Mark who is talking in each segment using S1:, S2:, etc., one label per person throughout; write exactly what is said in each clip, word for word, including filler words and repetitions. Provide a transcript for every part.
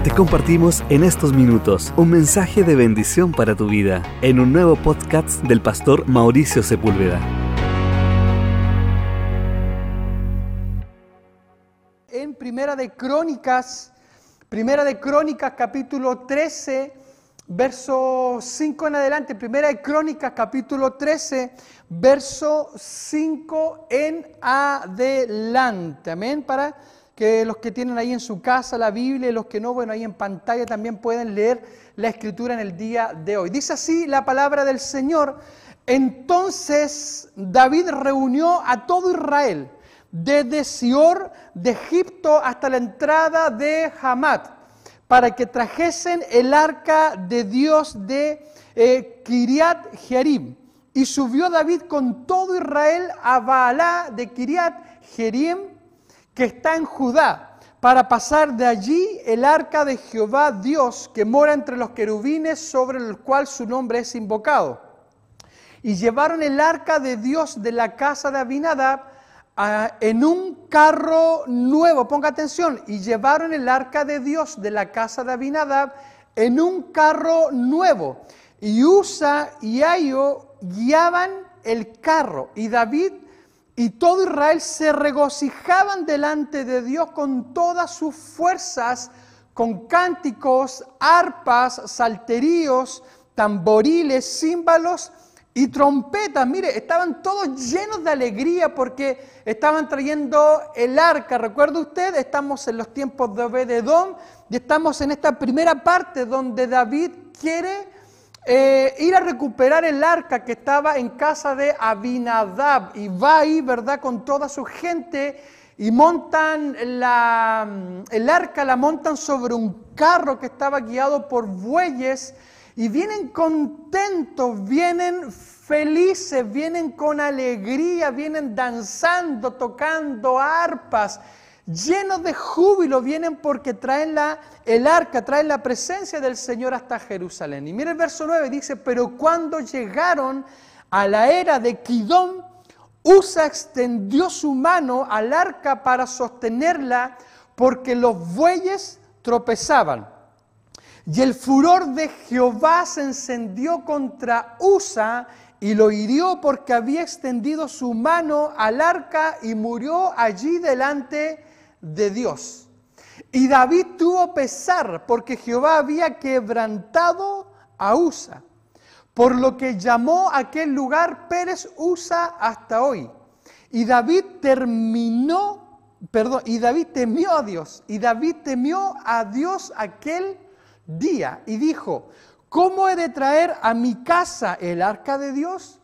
S1: Te compartimos en estos minutos un mensaje de bendición para tu vida en un nuevo podcast del pastor Mauricio Sepúlveda.
S2: En Primera de Crónicas, Primera de Crónicas capítulo trece, verso cinco en adelante. Primera de Crónicas capítulo trece, verso cinco en adelante. Amén. Para que los que tienen ahí en su casa la Biblia y los que no, bueno, ahí en pantalla también pueden leer la Escritura en el día de hoy. Dice así la palabra del Señor: entonces David reunió a todo Israel, desde Sior de Egipto hasta la entrada de Hamat, para que trajesen el arca de Dios de eh, Kiriat Jearim. Y subió David con todo Israel a Baalá de Kiriat Jearim, que está en Judá, para pasar de allí el arca de Jehová Dios, que mora entre los querubines, sobre el cual su nombre es invocado. Y llevaron el arca de Dios de la casa de Abinadab uh, en un carro nuevo. Ponga atención. Y llevaron el arca de Dios de la casa de Abinadab en un carro nuevo. Y Usa y Ahio guiaban el carro. Y David y todo Israel se regocijaban delante de Dios con todas sus fuerzas, con cánticos, arpas, salterios, tamboriles, címbalos y trompetas. Mire, estaban todos llenos de alegría porque estaban trayendo el arca. ¿Recuerda usted? Estamos en los tiempos de Obed-Edom y estamos en esta primera parte donde David quiere Eh, ir a recuperar el arca que estaba en casa de Abinadab, y va ahí, ¿verdad?, con toda su gente, y montan la, el arca, la montan sobre un carro que estaba guiado por bueyes, y vienen contentos, vienen felices, vienen con alegría, vienen danzando, tocando arpas, llenos de júbilo, vienen porque traen la, el arca, traen la presencia del Señor hasta Jerusalén. Y mira el verso nueve, dice: pero cuando llegaron a la era de Kidón, Usa extendió su mano al arca para sostenerla, porque los bueyes tropezaban. Y el furor de Jehová se encendió contra Usa y lo hirió, porque había extendido su mano al arca y murió allí delante de Dios. Y David tuvo pesar, porque Jehová había quebrantado a Usa, por lo que llamó aquel lugar Pérez Usa hasta hoy. Y David terminó, perdón, y David temió a Dios, y David temió a Dios aquel día, y dijo: ¿cómo he de traer a mi casa el arca de Dios?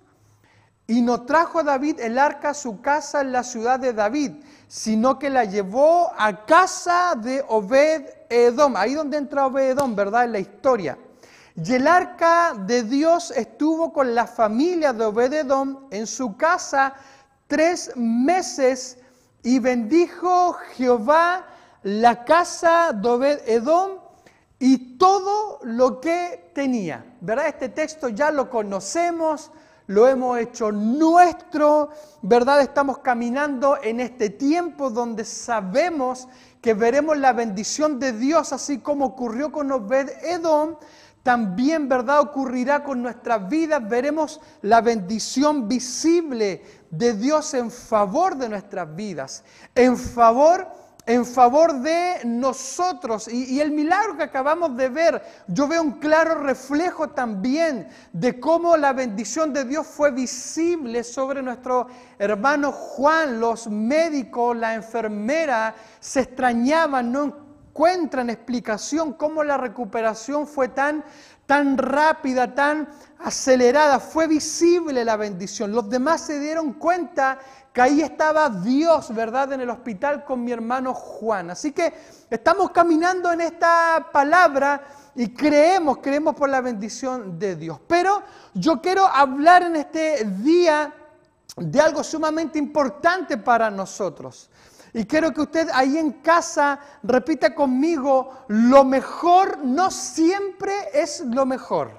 S2: Y no trajo David el arca a su casa en la ciudad de David, sino que la llevó a casa de Obed-Edom. Ahí donde entra Obed-Edom, ¿verdad?, en la historia. Y el arca de Dios estuvo con la familia de Obed-Edom en su casa tres meses, y bendijo Jehová la casa de Obed-Edom y todo lo que tenía. ¿Verdad? Este texto ya lo conocemos, lo hemos hecho nuestro, ¿verdad? Estamos caminando en este tiempo donde sabemos que veremos la bendición de Dios, así como ocurrió con Obed-Edom, también, ¿verdad?, ocurrirá con nuestras vidas. Veremos la bendición visible de Dios en favor de nuestras vidas, en favor en favor de nosotros. Y, y el milagro que acabamos de ver, yo veo un claro reflejo también de cómo la bendición de Dios fue visible sobre nuestro hermano Juan. Los médicos, la enfermera se extrañaban, no encuentran explicación cómo la recuperación fue tan, tan rápida, tan acelerada. Fue visible la bendición. Los demás se dieron cuenta que ahí estaba Dios, ¿verdad?, en el hospital con mi hermano Juan. Así que estamos caminando en esta palabra y creemos, creemos por la bendición de Dios. Pero yo quiero hablar en este día de algo sumamente importante para nosotros. Y quiero que usted ahí en casa repita conmigo: lo mejor no siempre es lo mejor.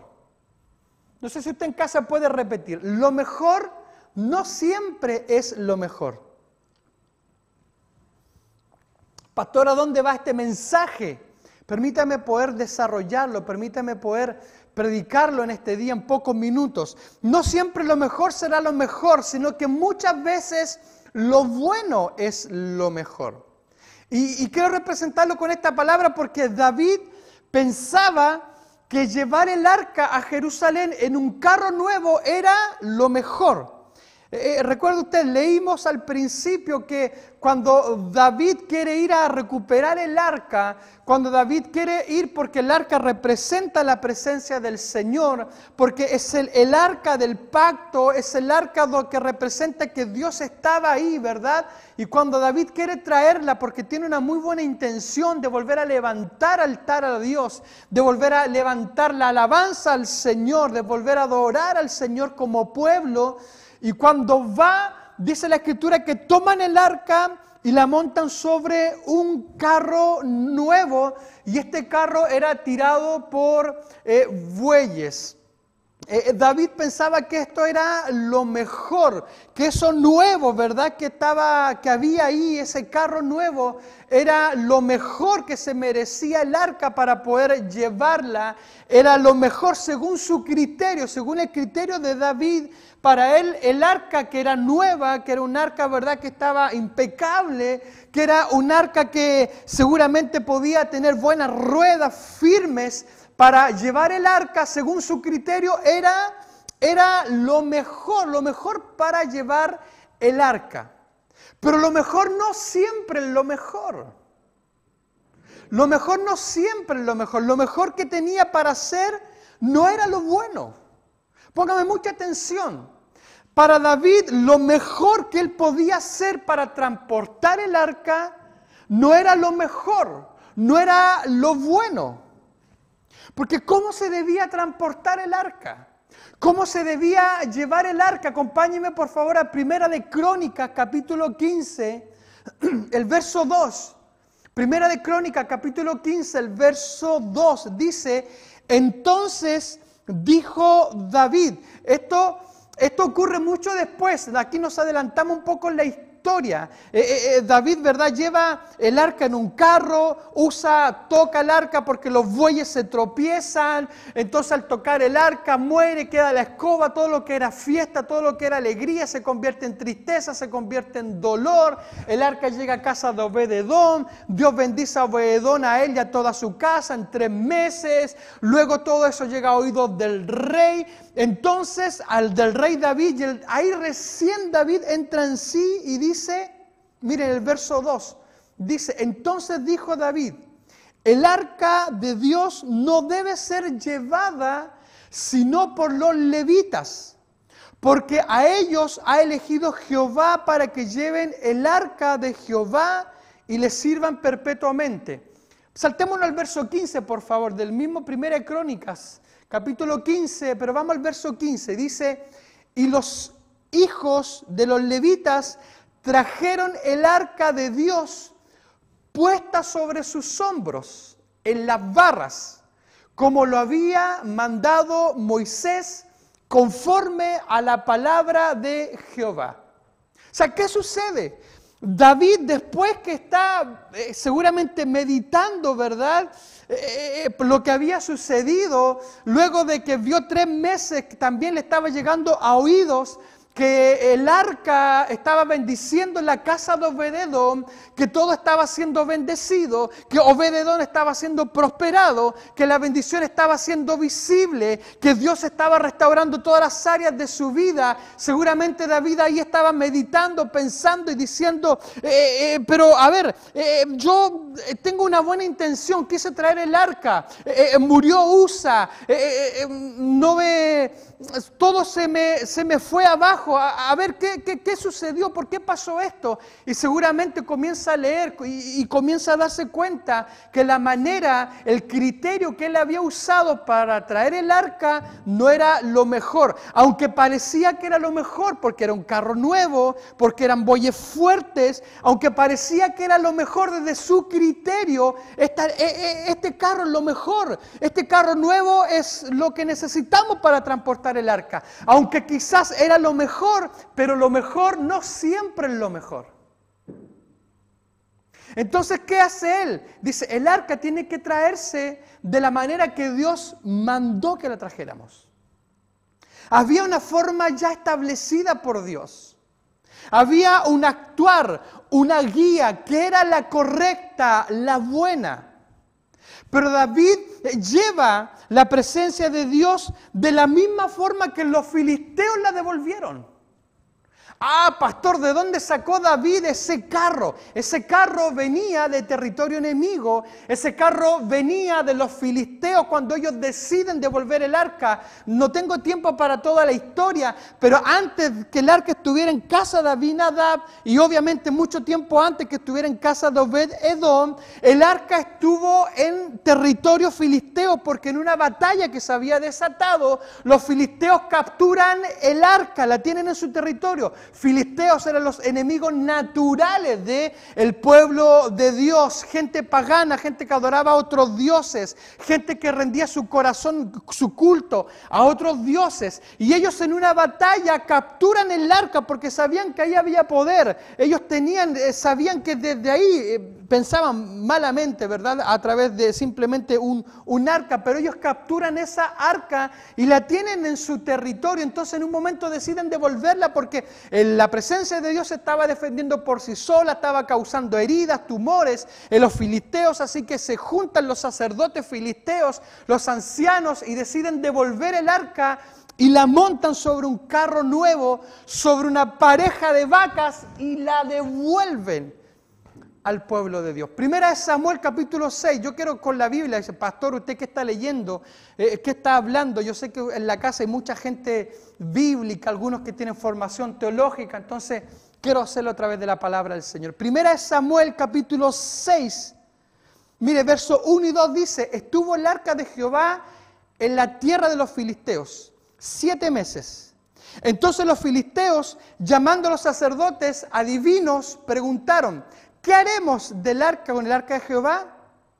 S2: No sé si usted en casa puede repetir: lo mejor no siempre es lo mejor. Pastor, ¿a dónde va este mensaje? Permítame poder desarrollarlo, permítame poder predicarlo en este día en pocos minutos. No siempre lo mejor será lo mejor, sino que muchas veces lo bueno es lo mejor. Y, y quiero representarlo con esta palabra porque David pensaba que llevar el arca a Jerusalén en un carro nuevo era lo mejor. Eh, recuerda usted, leímos al principio que cuando David quiere ir a recuperar el arca, cuando David quiere ir porque el arca representa la presencia del Señor, porque es el, el arca del pacto, es el arca que representa que Dios estaba ahí, ¿verdad? Y cuando David quiere traerla porque tiene una muy buena intención de volver a levantar altar a Dios, de volver a levantar la alabanza al Señor, de volver a adorar al Señor como pueblo. Y cuando va, dice la Escritura que toman el arca y la montan sobre un carro nuevo, y este carro era tirado por eh, bueyes. Eh, David pensaba que esto era lo mejor, que eso nuevo, ¿verdad? Que estaba, que había ahí, ese carro nuevo, era lo mejor que se merecía el arca para poder llevarla. Era lo mejor según su criterio, según el criterio de David. Para él el arca que era nueva, que era un arca, ¿verdad?, que estaba impecable, que era un arca que seguramente podía tener buenas ruedas firmes. Para llevar el arca, según su criterio, era, era lo mejor, lo mejor para llevar el arca. Pero lo mejor no siempre es lo mejor. Lo mejor no siempre es lo mejor. Lo mejor que tenía para hacer no era lo bueno. Póngame mucha atención. Para David, lo mejor que él podía hacer para transportar el arca no era lo mejor, no era lo bueno. Porque ¿cómo se debía transportar el arca? ¿Cómo se debía llevar el arca? Acompáñenme por favor a Primera de Crónicas, capítulo quince, el verso dos. Primera de Crónicas, capítulo quince, el verso dos, dice: entonces dijo David. Esto, esto ocurre mucho después, aquí nos adelantamos un poco en la historia. Historia. Eh, eh, David, ¿verdad?, lleva el arca en un carro, usa, toca el arca porque los bueyes se tropiezan, entonces al tocar el arca muere, queda la escoba, todo lo que era fiesta, todo lo que era alegría se convierte en tristeza, se convierte en dolor. El arca llega a casa de Obed-edom, Dios bendice a Obed-edom, a él y a toda su casa en tres meses, luego todo eso llega a oídos del rey. Entonces al del rey David, y el, ahí recién David entra en sí y dice, miren el verso dos, dice: entonces dijo David, el arca de Dios no debe ser llevada sino por los levitas, porque a ellos ha elegido Jehová para que lleven el arca de Jehová y le sirvan perpetuamente. Saltémonos al verso quince, por favor, del mismo Primera de Crónicas, capítulo quince, pero vamos al verso quince. Dice: y los hijos de los levitas trajeron el arca de Dios puesta sobre sus hombros en las barras, como lo había mandado Moisés, conforme a la palabra de Jehová. O sea, ¿qué sucede? David, después que está eh, seguramente meditando, ¿verdad?, Eh, eh, lo que había sucedido, luego de que vio tres meses que también le estaba llegando a oídos que el arca estaba bendiciendo en la casa de Obed-edom, que todo estaba siendo bendecido, que Obed-edom estaba siendo prosperado, que la bendición estaba siendo visible, que Dios estaba restaurando todas las áreas de su vida. Seguramente David ahí estaba meditando, pensando y diciendo, eh, eh, pero a ver, eh, yo tengo una buena intención, quise traer el arca, eh, eh, murió Usa, eh, eh, no me, todo se me, se me fue abajo. A, a ver, ¿qué, qué, ¿qué sucedió? ¿Por qué pasó esto? Y seguramente comienza a leer y, y comienza a darse cuenta que la manera, el criterio que él había usado para traer el arca no era lo mejor. Aunque parecía que era lo mejor porque era un carro nuevo, porque eran bueyes fuertes, aunque parecía que era lo mejor desde su criterio, esta, este carro es lo mejor. Este carro nuevo es lo que necesitamos para transportar el arca. Aunque quizás era lo mejor, pero lo mejor no siempre es lo mejor. Entonces, ¿qué hace él? Dice, el arca tiene que traerse de la manera que Dios mandó que la trajéramos. Había una forma ya establecida por Dios. Había un actuar, una guía que era la correcta, la buena. Pero David lleva la presencia de Dios de la misma forma que los filisteos la devolvieron. Ah, pastor, ¿de dónde sacó David ese carro? Ese carro venía de territorio enemigo. Ese carro venía de los filisteos cuando ellos deciden devolver el arca. No tengo tiempo para toda la historia, pero antes que el arca estuviera en casa de Abinadab y obviamente mucho tiempo antes que estuviera en casa de Obed-Edom, el arca estuvo en territorio filisteo porque en una batalla que se había desatado, los filisteos capturan el arca, la tienen en su territorio. Filisteos eran los enemigos naturales del pueblo de Dios, gente pagana, gente que adoraba a otros dioses, gente que rendía su corazón, su culto a otros dioses. Y ellos en una batalla capturan el arca porque sabían que ahí había poder. Ellos tenían, sabían que desde ahí pensaban malamente, ¿verdad? A través de simplemente un, un arca, pero ellos capturan esa arca y la tienen en su territorio. Entonces en un momento deciden devolverla porque la presencia de Dios se estaba defendiendo por sí sola, estaba causando heridas, tumores en los filisteos, así que se juntan los sacerdotes filisteos, los ancianos, y deciden devolver el arca y la montan sobre un carro nuevo, sobre una pareja de vacas y la devuelven al pueblo de Dios. Primera de Samuel capítulo seis, yo quiero con la Biblia, dice, pastor, usted que está leyendo, eh, ¿qué está hablando? Yo sé que en la casa hay mucha gente bíblica, algunos que tienen formación teológica, entonces quiero hacerlo a través de la palabra del Señor. Primera de Samuel capítulo seis, mire, verso uno y dos dice, estuvo el arca de Jehová en la tierra de los filisteos, siete meses. Entonces los filisteos, llamando a los sacerdotes adivinos, preguntaron, ¿qué haremos del arca con el arca de Jehová?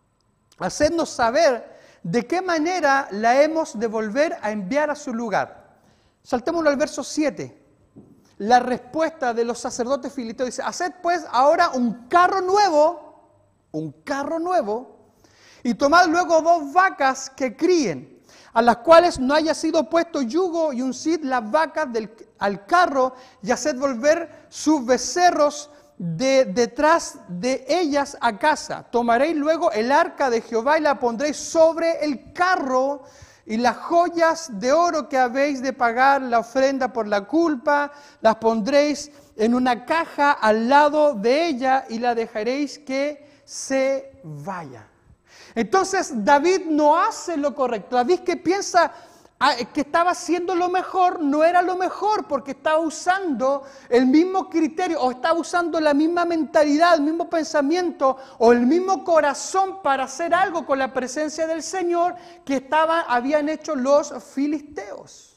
S2: Hacednos saber de qué manera la hemos de volver a enviar a su lugar. Saltémoslo al verso siete. La respuesta de los sacerdotes filisteos dice, haced pues ahora un carro nuevo, un carro nuevo, y tomad luego dos vacas que críen, a las cuales no haya sido puesto yugo, y uncid las vacas del, al carro, y haced volver sus becerros de detrás de ellas a casa. Tomaréis luego el arca de Jehová y la pondréis sobre el carro, y las joyas de oro que habéis de pagar la ofrenda por la culpa, las pondréis en una caja al lado de ella y la dejaréis que se vaya. Entonces David no hace lo correcto. David, que piensa que estaba haciendo lo mejor, no era lo mejor, porque estaba usando el mismo criterio, o estaba usando la misma mentalidad, el mismo pensamiento, o el mismo corazón para hacer algo con la presencia del Señor que estaba, habían hecho los filisteos.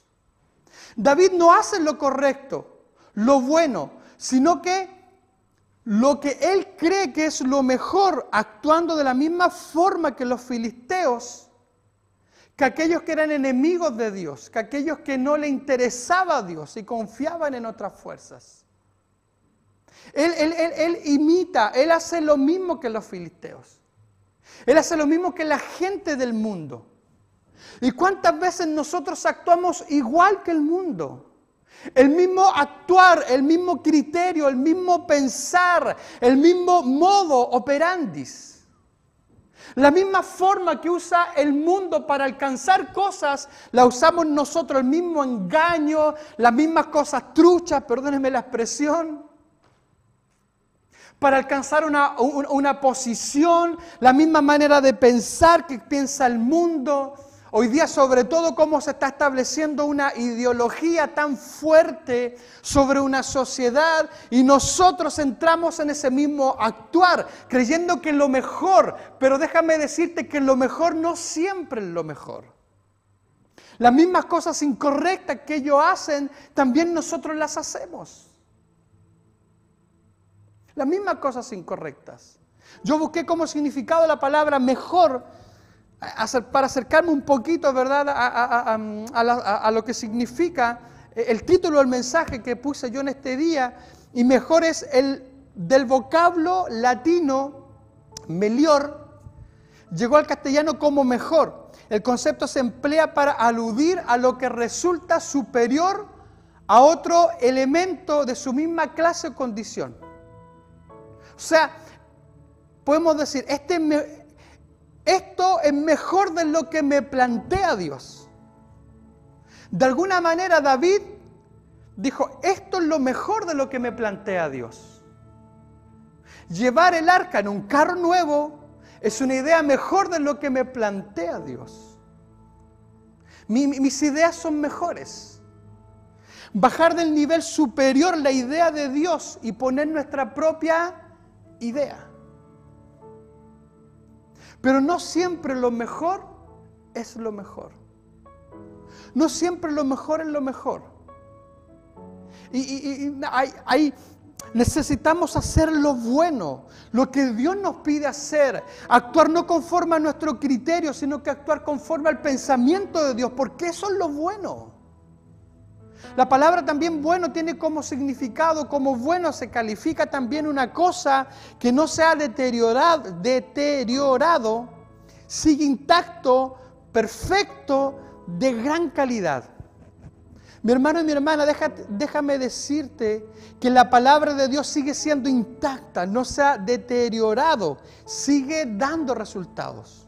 S2: David no hace lo correcto, lo bueno, sino que lo que él cree que es lo mejor, actuando de la misma forma que los filisteos, que aquellos que eran enemigos de Dios, que aquellos que no le interesaba a Dios y confiaban en otras fuerzas. Él, él, él, él imita, él hace lo mismo que los filisteos. Él hace lo mismo que la gente del mundo. ¿Y cuántas veces nosotros actuamos igual que el mundo? El mismo actuar, el mismo criterio, el mismo pensar, el mismo modo operandis. La misma forma que usa el mundo para alcanzar cosas, la usamos nosotros, el mismo engaño, las mismas cosas truchas, perdónenme la expresión, para alcanzar una, una, una posición, la misma manera de pensar que piensa el mundo. Hoy día, sobre todo, cómo se está estableciendo una ideología tan fuerte sobre una sociedad, y nosotros entramos en ese mismo actuar, creyendo que es lo mejor, pero déjame decirte que lo mejor no siempre es lo mejor. Las mismas cosas incorrectas que ellos hacen, también nosotros las hacemos. Las mismas cosas incorrectas. Yo busqué como significado la palabra mejor, para acercarme un poquito, ¿verdad?, a, a, a, a, la, a, a lo que significa el título del mensaje que puse yo en este día, y mejor es el del vocablo latino Melior llegó al castellano como mejor. El concepto se emplea para aludir a lo que resulta superior a otro elemento de su misma clase o condición. O sea, podemos decir, este me, esto es mejor de lo que me plantea Dios. De alguna manera David dijo, esto es lo mejor de lo que me plantea Dios. Llevar el arca en un carro nuevo es una idea mejor de lo que me plantea Dios. Mi, mis ideas son mejores. Bajar del nivel superior la idea de Dios y poner nuestra propia idea. Pero no siempre lo mejor es lo mejor. No siempre lo mejor es lo mejor. Y, y, y hay, hay, necesitamos hacer lo bueno, lo que Dios nos pide hacer. Actuar no conforme a nuestro criterio, sino que actuar conforme al pensamiento de Dios, porque eso es lo bueno. La palabra también bueno tiene como significado, como bueno se califica también una cosa que no se ha deteriorado, deteriorado, sigue intacto, perfecto, de gran calidad. Mi hermano y mi hermana, deja, déjame decirte que la palabra de Dios sigue siendo intacta, no se ha deteriorado, sigue dando resultados.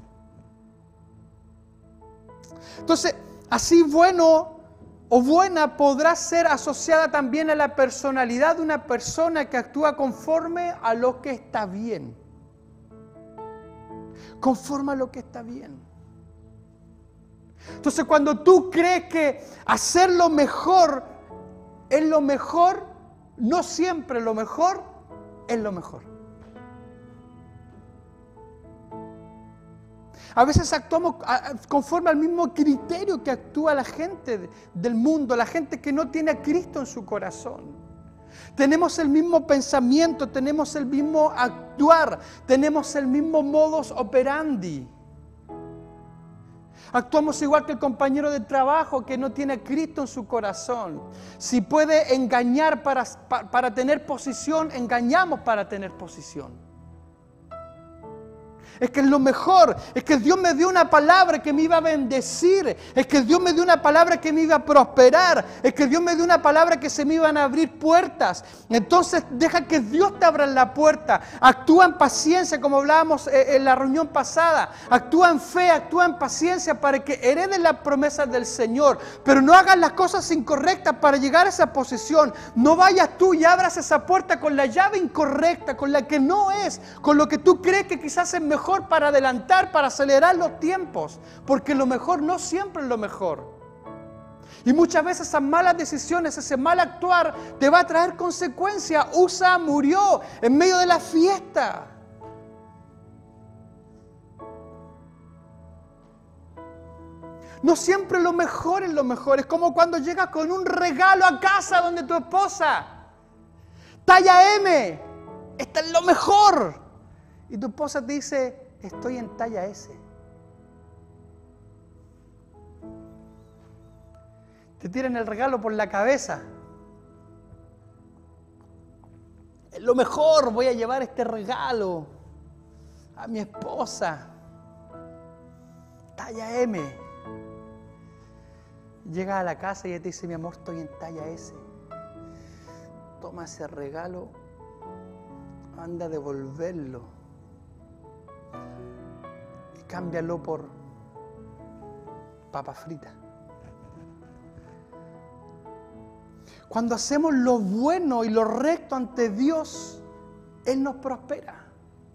S2: Entonces, así bueno o buena podrá ser asociada también a la personalidad de una persona que actúa conforme a lo que está bien. Conforme a lo que está bien. Entonces, cuando tú crees que hacer lo mejor es lo mejor, no siempre lo mejor es lo mejor. A veces actuamos conforme al mismo criterio que actúa la gente del mundo, la gente que no tiene a Cristo en su corazón. Tenemos el mismo pensamiento, tenemos el mismo actuar, tenemos el mismo modus operandi. Actuamos igual que el compañero de trabajo que no tiene a Cristo en su corazón. Si puede engañar para, para, para tener posición, engañamos para tener posición. Es que es lo mejor, es que Dios me dio una palabra que me iba a bendecir, es que Dios me dio una palabra que me iba a prosperar, es que Dios me dio una palabra que se me iban a abrir puertas. Entonces deja que Dios te abra la puerta, actúa en paciencia como hablábamos en la reunión pasada, actúa en fe, actúa en paciencia para que heredes las promesas del Señor, pero no hagas las cosas incorrectas para llegar a esa posición. No vayas tú y abras esa puerta con la llave incorrecta, con la que no es, con lo que tú crees que quizás es mejor para adelantar, para acelerar los tiempos, porque lo mejor no siempre es lo mejor. Y muchas veces esas malas decisiones, ese mal actuar te va a traer consecuencias. Usa murió en medio de la fiesta. No siempre lo mejor es lo mejor. Es como cuando llegas con un regalo a casa donde tu esposa, talla eme, esta es lo mejor. Y tu esposa te dice, estoy en talla ese. Te tiran el regalo por la cabeza. Es lo mejor, voy a llevar este regalo a mi esposa. Talla eme. Llega a la casa y ella te dice, mi amor, estoy en talla ese. Toma ese regalo, anda a devolverlo. Cámbialo por papa frita. Cuando hacemos lo bueno y lo recto ante Dios, Él nos prospera.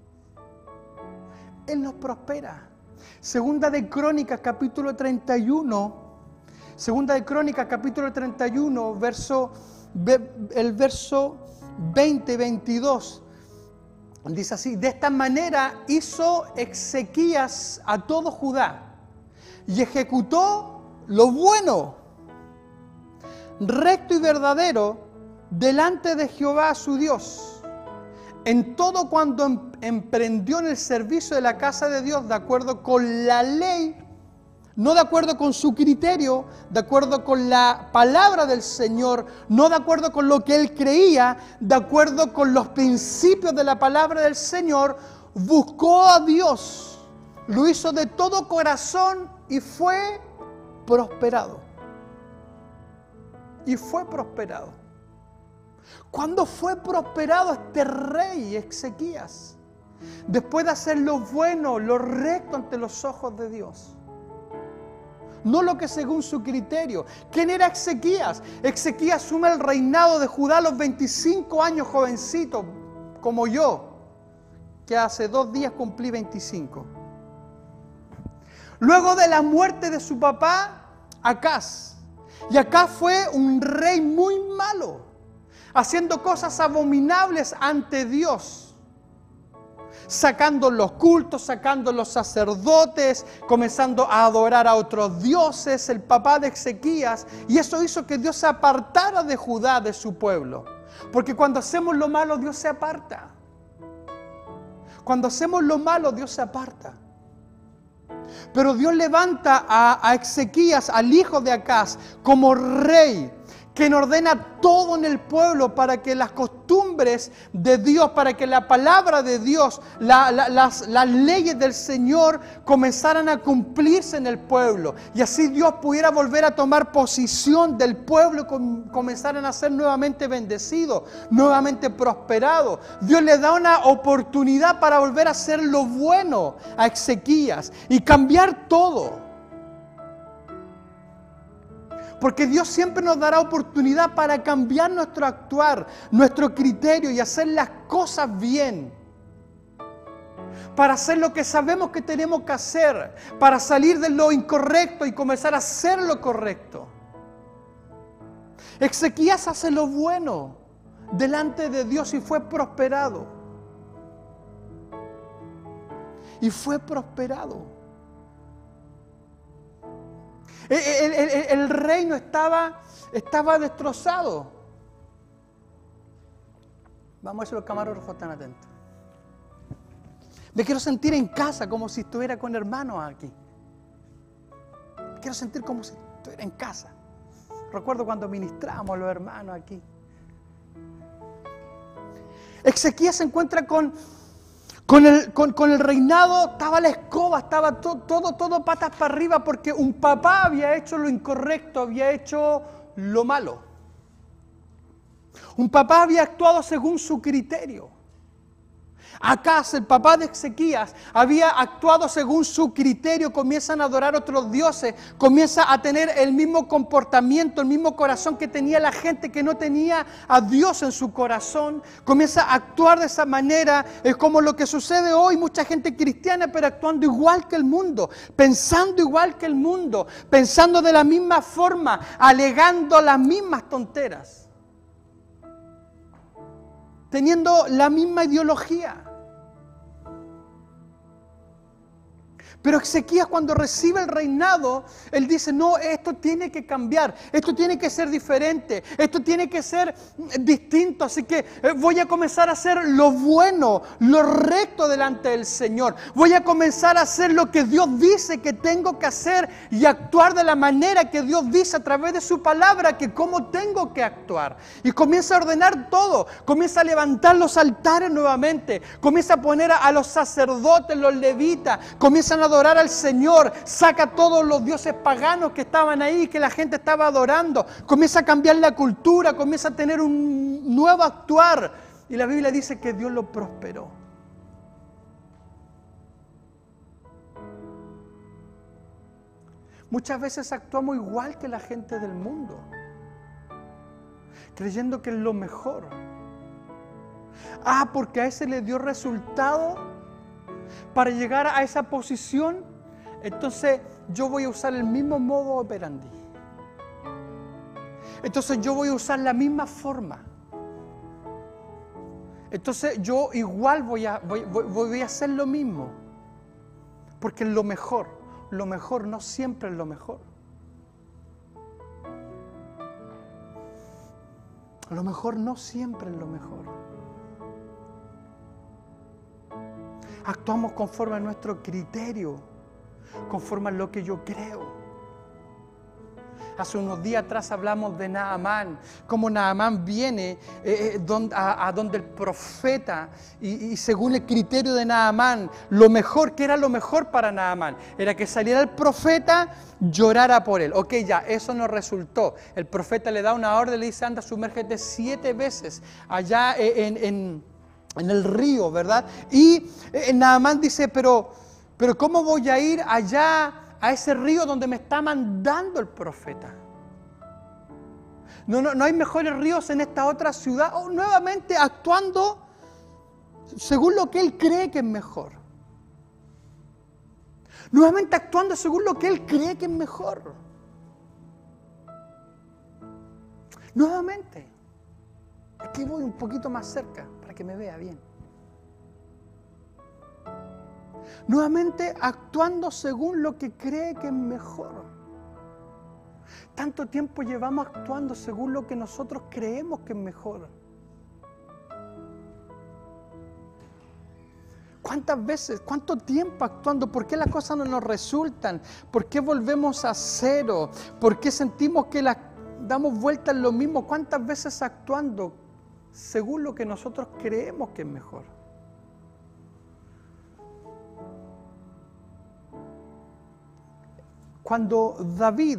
S2: Él nos prospera. Segunda de Crónicas, capítulo treinta y uno. Segunda de Crónicas, capítulo treinta y uno, verso, el verso veinte y veintidós. Dice así, de esta manera hizo Ezequías a todo Judá y ejecutó lo bueno, recto y verdadero delante de Jehová su Dios, en todo cuanto emprendió en el servicio de la casa de Dios de acuerdo con la ley, no de acuerdo con su criterio, de acuerdo con la palabra del Señor, no de acuerdo con lo que él creía, de acuerdo con los principios de la palabra del Señor, buscó a Dios, lo hizo de todo corazón y fue prosperado. Y fue prosperado. ¿Cuándo fue prosperado este rey Ezequías? Después de hacer lo bueno, lo recto ante los ojos de Dios. No lo que según su criterio. ¿Quién era Ezequías? Ezequías asume el reinado de Judá a los veinticinco años, jovencito, como yo, que hace dos días cumplí veinticinco. Luego de la muerte de su papá, Acaz. Y Acaz fue un rey muy malo, haciendo cosas abominables ante Dios. Sacando los cultos, sacando los sacerdotes, comenzando a adorar a otros dioses, el papá de Ezequías. Y eso hizo que Dios se apartara de Judá, de su pueblo. Porque cuando hacemos lo malo, Dios se aparta. Cuando hacemos lo malo, Dios se aparta. Pero Dios levanta a, a Ezequías, al hijo de Acaz, como rey, quien ordena todo en el pueblo para que las costumbres de Dios, para que la palabra de Dios, la, la, las, las leyes del Señor comenzaran a cumplirse en el pueblo. Y así Dios pudiera volver a tomar posición del pueblo y com, comenzaran a ser nuevamente bendecidos, nuevamente prosperados. Dios le da una oportunidad para volver a hacer lo bueno a Ezequías y cambiar todo. Porque Dios siempre nos dará oportunidad para cambiar nuestro actuar, nuestro criterio y hacer las cosas bien. Para hacer lo que sabemos que tenemos que hacer. Para salir de lo incorrecto y comenzar a hacer lo correcto. Ezequías hace lo bueno delante de Dios y fue prosperado. Y fue prosperado. El, el, el, el reino estaba, estaba destrozado. Vamos a ver si los camarógrafos están atentos. Me quiero sentir en casa como si estuviera con hermanos aquí. Me quiero sentir como si estuviera en casa. Recuerdo cuando ministramos a los hermanos aquí. Ezequías se encuentra con... Con el, con, con el reinado estaba la escoba, estaba to, todo, todo patas para arriba porque un papá había hecho lo incorrecto, había hecho lo malo. Un papá había actuado según su criterio. Acaz, el papá de Ezequías, había actuado según su criterio, comienzan a adorar otros dioses, comienza a tener el mismo comportamiento, el mismo corazón que tenía la gente que no tenía a Dios en su corazón, comienza a actuar de esa manera. Es como lo que sucede hoy, mucha gente cristiana pero actuando igual que el mundo, pensando igual que el mundo, pensando de la misma forma, alegando las mismas tonteras, teniendo la misma ideología. Pero Ezequías, cuando recibe el reinado, él dice, no, esto tiene que cambiar, esto tiene que ser diferente, esto tiene que ser distinto, así que voy a comenzar a hacer lo bueno, lo recto delante del Señor. Voy a comenzar a hacer lo que Dios dice que tengo que hacer y actuar de la manera que Dios dice a través de su palabra, que cómo tengo que actuar. Y comienza a ordenar todo, comienza a levantar los altares nuevamente, comienza a poner a, a los sacerdotes, los levitas, comienzan a adorar al Señor, saca todos los dioses paganos que estaban ahí, que la gente estaba adorando, comienza a cambiar la cultura, comienza a tener un nuevo actuar. Y la Biblia dice que Dios lo prosperó. Muchas veces actuamos igual que la gente del mundo, creyendo que es lo mejor. Ah, porque a ese le dio resultado para llegar a esa posición, entonces yo voy a usar el mismo modo operandi. Entonces yo voy a usar la misma forma. Entonces yo igual voy a, voy, voy, voy a hacer lo mismo. Porque es lo mejor. Lo mejor no siempre es lo mejor. Lo mejor no siempre es lo mejor. Actuamos conforme a nuestro criterio, conforme a lo que yo creo. Hace unos días atrás hablamos de Naamán, cómo Naamán viene eh, don, a, a donde el profeta y, y según el criterio de Naamán, lo mejor, que era lo mejor para Naamán, era que saliera el profeta, llorara por él. Ok, ya, eso no resultó. El profeta le da una orden, le dice, anda, sumérgete siete veces allá en, en, en el río, ¿verdad? Y eh, Naamán dice, pero, pero ¿cómo voy a ir allá a ese río donde me está mandando el profeta? No, no, no hay mejores ríos en esta otra ciudad. Oh, nuevamente actuando según lo que él cree que es mejor. Nuevamente actuando según lo que él cree que es mejor. Nuevamente. Aquí voy un poquito más cerca para que me vea bien. Nuevamente actuando según lo que cree que es mejor. Tanto tiempo llevamos actuando según lo que nosotros creemos que es mejor. ¿Cuántas veces, cuánto tiempo actuando? ¿Por qué las cosas no nos resultan? ¿Por qué volvemos a cero? ¿Por qué sentimos que las damos vueltas en lo mismo? ¿Cuántas veces actuando según lo que nosotros creemos que es mejor? Cuando David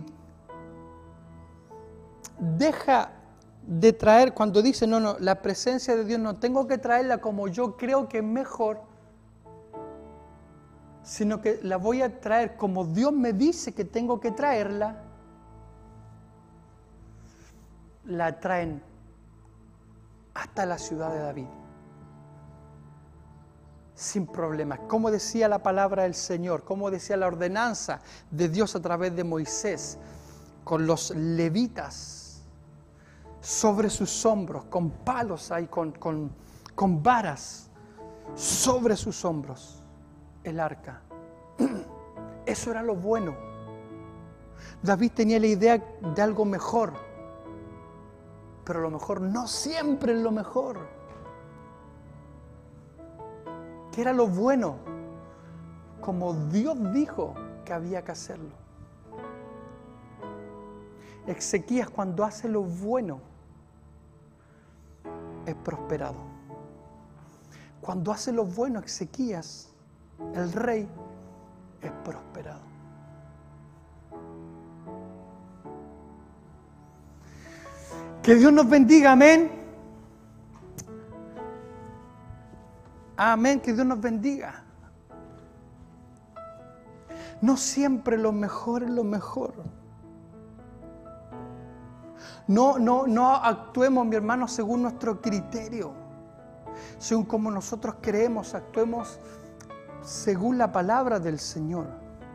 S2: deja de traer, cuando dice, no, no, la presencia de Dios no tengo que traerla como yo creo que es mejor, sino que la voy a traer como Dios me dice que tengo que traerla, la traen hasta la ciudad de David. Sin problemas. Como decía la palabra del Señor, como decía la ordenanza de Dios a través de Moisés, con los levitas sobre sus hombros, con palos ahí, con, con, con varas sobre sus hombros, el arca. Eso era lo bueno. David tenía la idea de algo mejor, pero lo mejor no siempre es lo mejor. ¿Qué era lo bueno? Como Dios dijo que había que hacerlo. Ezequías, cuando hace lo bueno, es prosperado. Cuando hace lo bueno, Ezequías, el rey, es prosperado. Que Dios nos bendiga, amén. Amén, que Dios nos bendiga. No siempre lo mejor es lo mejor. No, no, no actuemos, mi hermano, según nuestro criterio, según como nosotros creemos, actuemos según la palabra del Señor.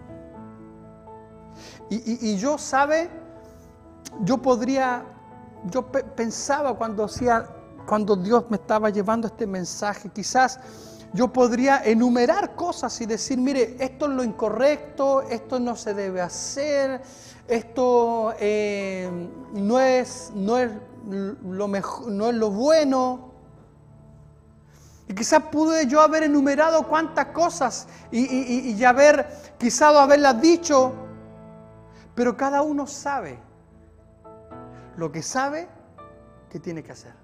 S2: Y, y, y yo, ¿sabe? Yo podría, yo pe- pensaba cuando hacía... Cuando Dios me estaba llevando este mensaje, quizás yo podría enumerar cosas y decir, mire, esto es lo incorrecto, esto no se debe hacer, esto eh, no es, no es lo mejor, no es lo bueno. Y quizás pude yo haber enumerado cuántas cosas y, y, y haber, quizás haberlas dicho, pero cada uno sabe lo que sabe que tiene que hacer.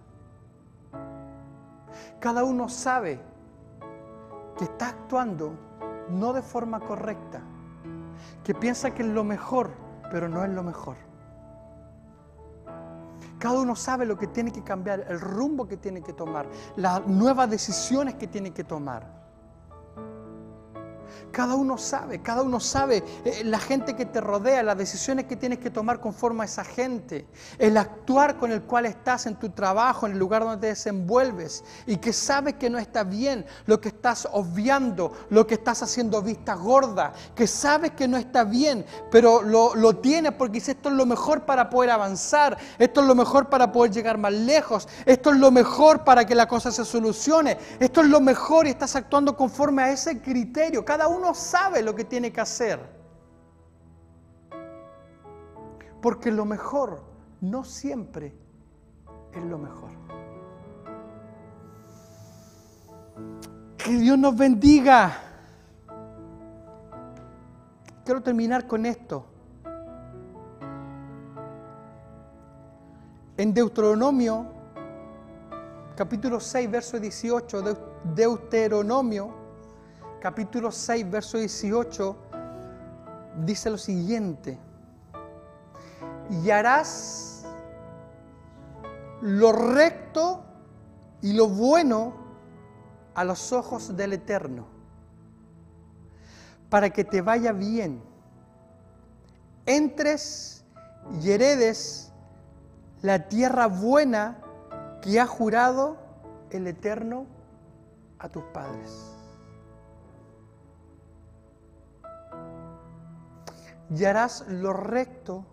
S2: Cada uno sabe que está actuando no de forma correcta, que piensa que es lo mejor, pero no es lo mejor. Cada uno sabe lo que tiene que cambiar, el rumbo que tiene que tomar, las nuevas decisiones que tiene que tomar. Cada uno sabe, cada uno sabe eh, la gente que te rodea, las decisiones que tienes que tomar conforme a esa gente, el actuar con el cual estás en tu trabajo, en el lugar donde te desenvuelves y que sabes que no está bien, lo que estás obviando, lo que estás haciendo vista gorda, que sabes que no está bien, pero lo, lo tienes porque dices esto es lo mejor para poder avanzar, esto es lo mejor para poder llegar más lejos, esto es lo mejor para que la cosa se solucione, esto es lo mejor y estás actuando conforme a ese criterio. Cada uno Uno sabe lo que tiene que hacer, porque lo mejor no siempre es lo mejor. Que Dios nos bendiga. Quiero terminar con esto. En Deuteronomio, capítulo seis, verso dieciocho, Deuteronomio, capítulo seis, verso dieciocho, dice lo siguiente: y harás lo recto y lo bueno a los ojos del Eterno, para que te vaya bien, entres y heredes la tierra buena que ha jurado el Eterno a tus padres. Y harás lo recto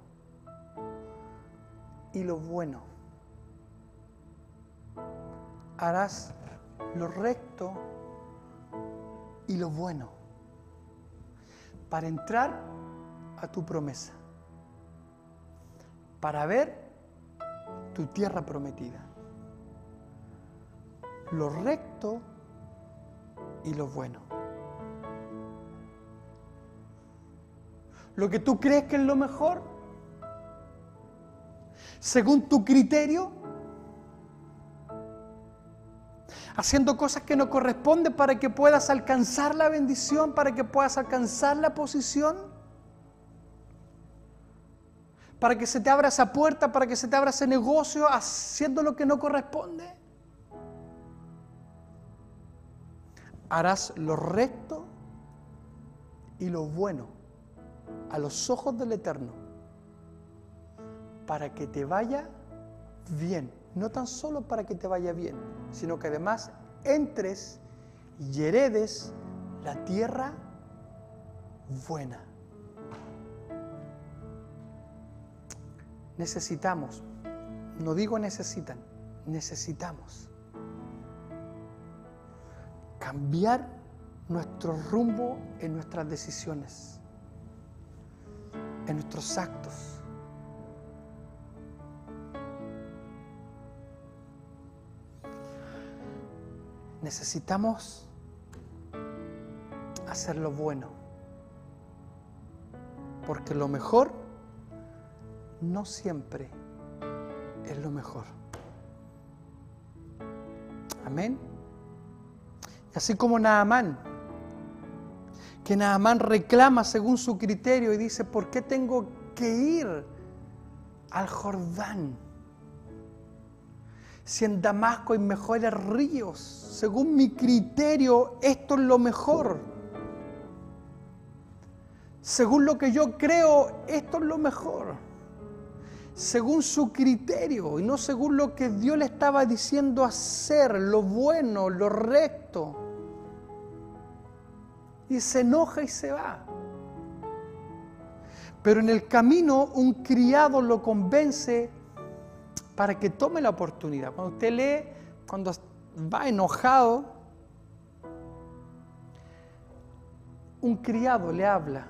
S2: y lo bueno. Harás lo recto y lo bueno para entrar a tu promesa, para ver tu tierra prometida. Lo recto y lo bueno. Lo que tú crees que es lo mejor, según tu criterio, haciendo cosas que no corresponden para que puedas alcanzar la bendición, para que puedas alcanzar la posición, para que se te abra esa puerta, para que se te abra ese negocio, haciendo lo que no corresponde. Harás lo recto y lo bueno a los ojos del Eterno, para que te vaya bien. No tan solo para que te vaya bien, sino que además entres y heredes la tierra buena. Necesitamos, no digo necesitan, necesitamos cambiar nuestro rumbo en nuestras decisiones, en nuestros actos. Necesitamos hacer lo bueno, porque lo mejor no siempre es lo mejor. Amén. Y así como Naamán, que Naamán reclama según su criterio y dice: ¿por qué tengo que ir al Jordán? Si en Damasco hay mejores ríos, según mi criterio, esto es lo mejor. Según lo que yo creo, esto es lo mejor. Según su criterio y no según lo que Dios le estaba diciendo hacer, lo bueno, lo recto. Y se enoja y se va. Pero en el camino un criado lo convence para que tome la oportunidad. Cuando usted lee, cuando va enojado, un criado le habla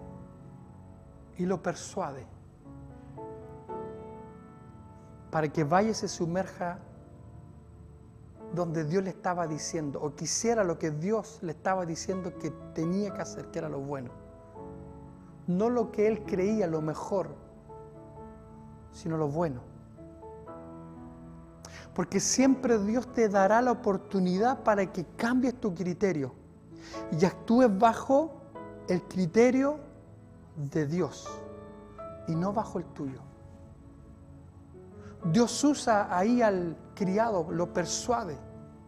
S2: y lo persuade para que vaya y se sumerja donde Dios le estaba diciendo, o quisiera lo que Dios le estaba diciendo que tenía que hacer, que era lo bueno. No lo que él creía lo mejor, sino lo bueno. Porque siempre Dios te dará la oportunidad para que cambies tu criterio y actúes bajo el criterio de Dios y no bajo el tuyo. Dios usa ahí al criado, lo persuade.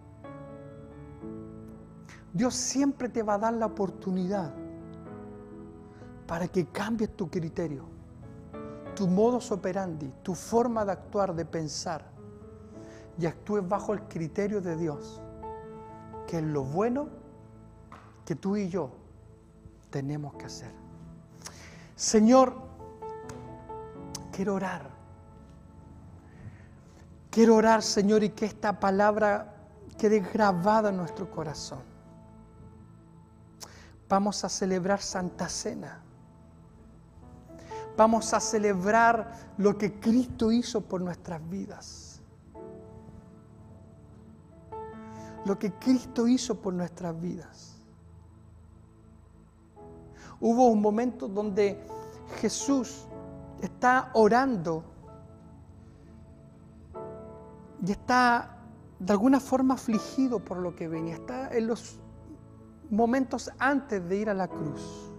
S2: Dios siempre te va a dar la oportunidad para que cambies tu criterio, tu modus operandi, tu forma de actuar, de pensar, y actúes bajo el criterio de Dios, que es lo bueno que tú y yo tenemos que hacer. Señor, quiero orar. Quiero orar, Señor, y que esta palabra quede grabada en nuestro corazón. Vamos a celebrar Santa Cena. Vamos a celebrar lo que Cristo hizo por nuestras vidas. Lo que Cristo hizo por nuestras vidas. Hubo un momento donde Jesús está orando y está de alguna forma afligido por lo que venía. Está en los momentos antes de ir a la cruz,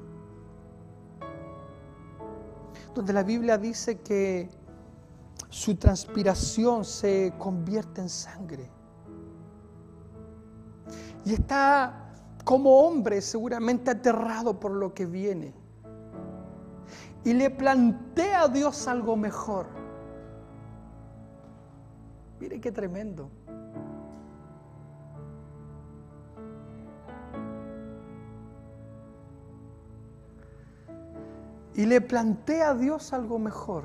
S2: donde la Biblia dice que su transpiración se convierte en sangre. Y está como hombre seguramente aterrado por lo que viene. Y le plantea a Dios algo mejor. Mire qué tremendo. Y le plantea a Dios algo mejor.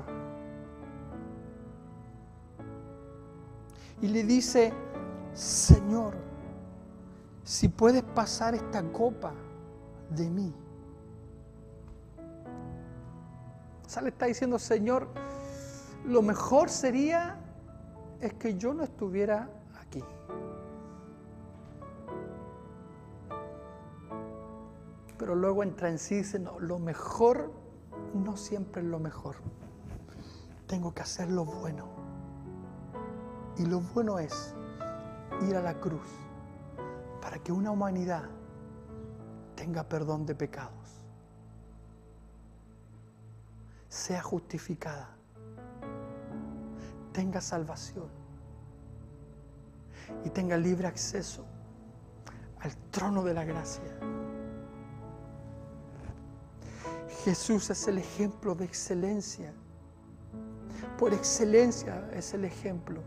S2: Y le dice: Señor, si puedes pasar esta copa de mí. O sea, le está diciendo: Señor, lo mejor sería es que yo no estuviera aquí. Pero luego entra en sí y dice: no, lo mejor no siempre es lo mejor. Tengo que hacer lo bueno. Y lo bueno es ir a la cruz para que una humanidad tenga perdón de pecados, sea justificada, tenga salvación y tenga libre acceso al trono de la gracia. Jesús es el ejemplo de excelencia. Por excelencia es el ejemplo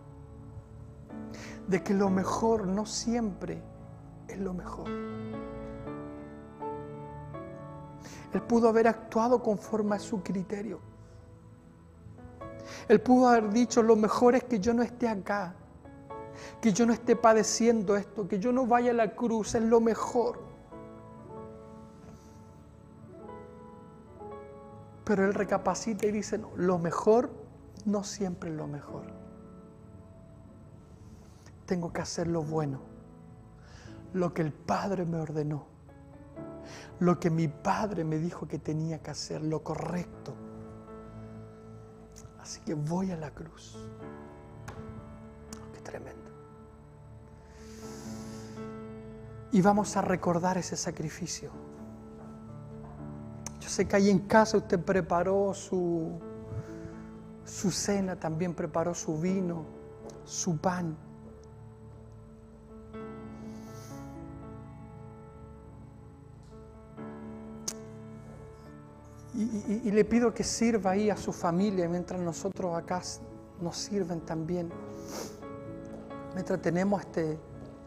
S2: de que lo mejor no siempre es lo mejor. Él pudo haber actuado conforme a su criterio. Él pudo haber dicho: lo mejor es que yo no esté acá, que yo no esté padeciendo esto, que yo no vaya a la cruz, es lo mejor. Pero Él recapacita y dice: no, lo mejor no siempre es lo mejor. Tengo que hacer lo bueno, lo que el Padre me ordenó, lo que mi Padre me dijo que tenía que hacer, lo correcto. Así que voy a la cruz. Oh, qué tremendo. Y vamos a recordar ese sacrificio. Yo sé que ahí en casa usted preparó su, su cena, también preparó su vino, su pan. Y, y, y le pido que sirva ahí a su familia mientras nosotros acá nos sirven también. Mientras tenemos este,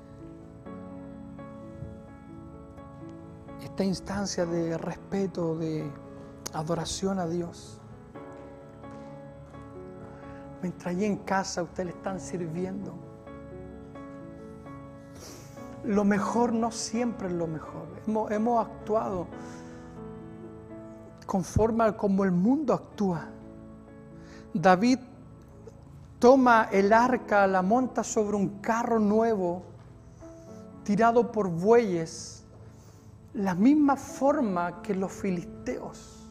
S2: esta instancia de respeto, de adoración a Dios. Mientras allí en casa a usted le están sirviendo. Lo mejor no siempre es lo mejor. Hemos, hemos actuado conforme a como el mundo actúa. David toma el arca, la monta sobre un carro nuevo, tirado por bueyes, la misma forma que los filisteos,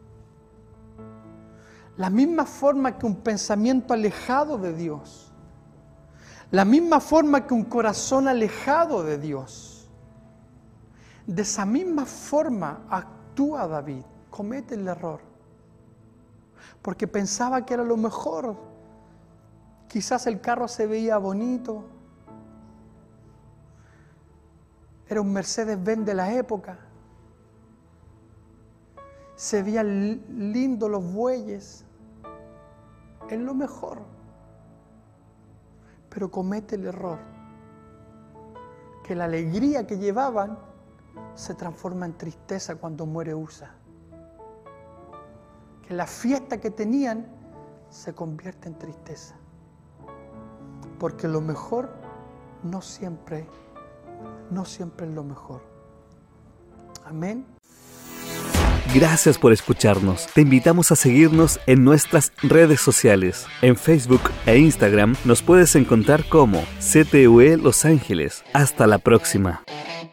S2: la misma forma que un pensamiento alejado de Dios, la misma forma que un corazón alejado de Dios. De esa misma forma actúa David. Comete el error, porque pensaba que era lo mejor. Quizás el carro se veía bonito, era un Mercedes-Benz de la época, se veían lindos los bueyes, es lo mejor, pero comete el error, que la alegría que llevaban se transforma en tristeza cuando muere Usa. Que la fiesta que tenían se convierte en tristeza. Porque lo mejor no siempre, no siempre es lo mejor. Amén.
S1: Gracias por escucharnos. Te invitamos a seguirnos en nuestras redes sociales. En Facebook e Instagram nos puedes encontrar como C T U E Los Ángeles. Hasta la próxima.